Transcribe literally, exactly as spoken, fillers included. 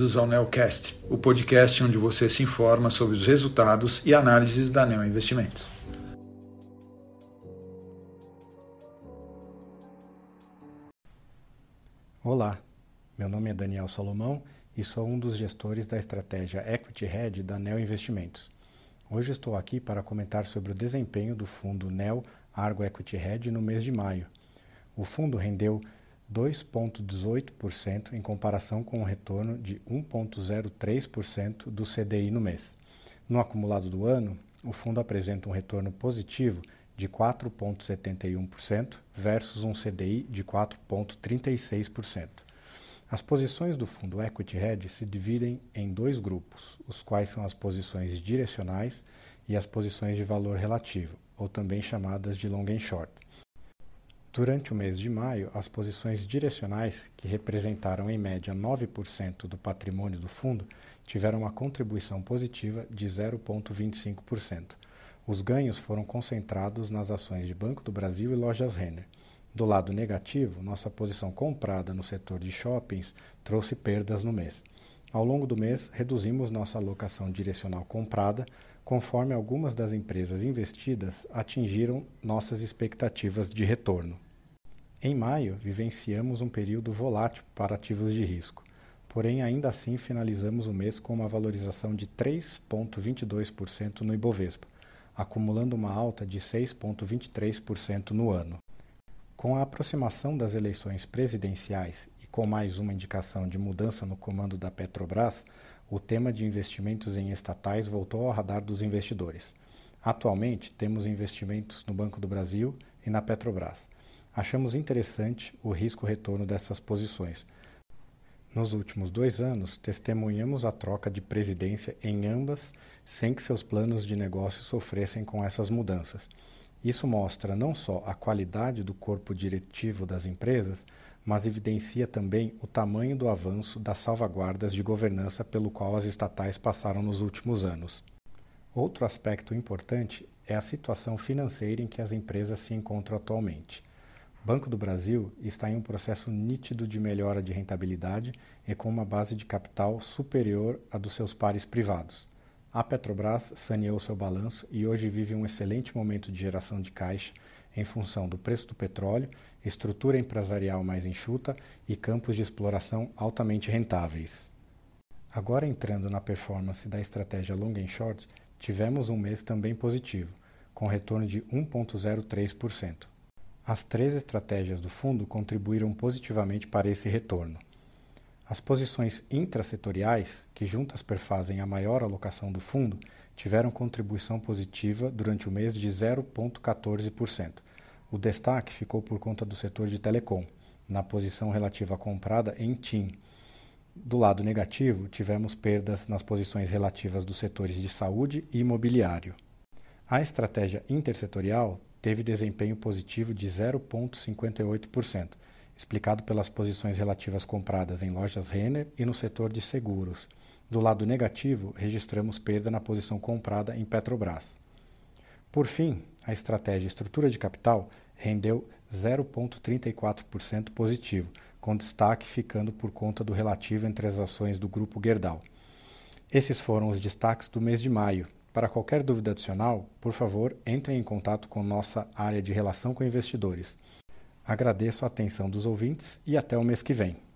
bem-vindos ao Neocast, o podcast onde você se informa sobre os resultados e análises da Neo Investimentos. Olá, meu nome é Daniel Salomão e sou um dos gestores da estratégia Equity Hedge da Neo Investimentos. Hoje estou aqui para comentar sobre o desempenho do fundo Neo Argo Equity Hedge no mês de maio. O fundo rendeu dois vírgula dezoito por cento em comparação com o retorno de um vírgula zero três por cento do C D I no mês. No acumulado do ano, o fundo apresenta um retorno positivo de quatro vírgula setenta e um por cento versus um C D I de quatro vírgula trinta e seis por cento. As posições do fundo Equity Hedge se dividem em dois grupos, os quais são as posições direcionais e as posições de valor relativo, ou também chamadas de long and short. Durante o mês de maio, as posições direcionais, que representaram em média nove por cento do patrimônio do fundo, tiveram uma contribuição positiva de zero vírgula vinte e cinco por cento. Os ganhos foram concentrados nas ações de Banco do Brasil e Lojas Renner. Do lado negativo, nossa posição comprada no setor de shoppings trouxe perdas no mês. Ao longo do mês, reduzimos nossa alocação direcional comprada, conforme algumas das empresas investidas atingiram nossas expectativas de retorno. Em maio, vivenciamos um período volátil para ativos de risco, porém ainda assim finalizamos o mês com uma valorização de três vírgula vinte e dois por cento no Ibovespa, acumulando uma alta de seis vírgula vinte e três por cento no ano. Com a aproximação das eleições presidenciais e com mais uma indicação de mudança no comando da Petrobras, o tema de investimentos em estatais voltou ao radar dos investidores. Atualmente, temos investimentos no Banco do Brasil e na Petrobras. Achamos interessante o risco-retorno dessas posições. Nos últimos dois anos, testemunhamos a troca de presidência em ambas sem que seus planos de negócio sofressem com essas mudanças. Isso mostra não só a qualidade do corpo diretivo das empresas, mas evidencia também o tamanho do avanço das salvaguardas de governança pelo qual as estatais passaram nos últimos anos. Outro aspecto importante é a situação financeira em que as empresas se encontram atualmente. Banco do Brasil está em um processo nítido de melhora de rentabilidade e com uma base de capital superior à dos seus pares privados. A Petrobras saneou seu balanço e hoje vive um excelente momento de geração de caixa em função do preço do petróleo, estrutura empresarial mais enxuta e campos de exploração altamente rentáveis. Agora entrando na performance da estratégia long and short, tivemos um mês também positivo, com retorno de um vírgula zero três por cento. As três estratégias do fundo contribuíram positivamente para esse retorno. As posições intrasetoriais, que juntas perfazem a maior alocação do fundo, tiveram contribuição positiva durante o mês de zero vírgula quatorze por cento. O destaque ficou por conta do setor de telecom, na posição relativa à comprada em TIM. Do lado negativo, tivemos perdas nas posições relativas dos setores de saúde e imobiliário. A estratégia intersetorial teve desempenho positivo de zero vírgula cinquenta e oito por cento, explicado pelas posições relativas compradas em Lojas Renner e no setor de seguros. Do lado negativo, registramos perda na posição comprada em Petrobras. Por fim, a estratégia estrutura de capital rendeu zero vírgula trinta e quatro por cento positivo, com destaque ficando por conta do relativo entre as ações do Grupo Gerdau. Esses foram os destaques do mês de maio. Para qualquer dúvida adicional, por favor, entrem em contato com nossa área de relação com investidores. Agradeço a atenção dos ouvintes e até o mês que vem.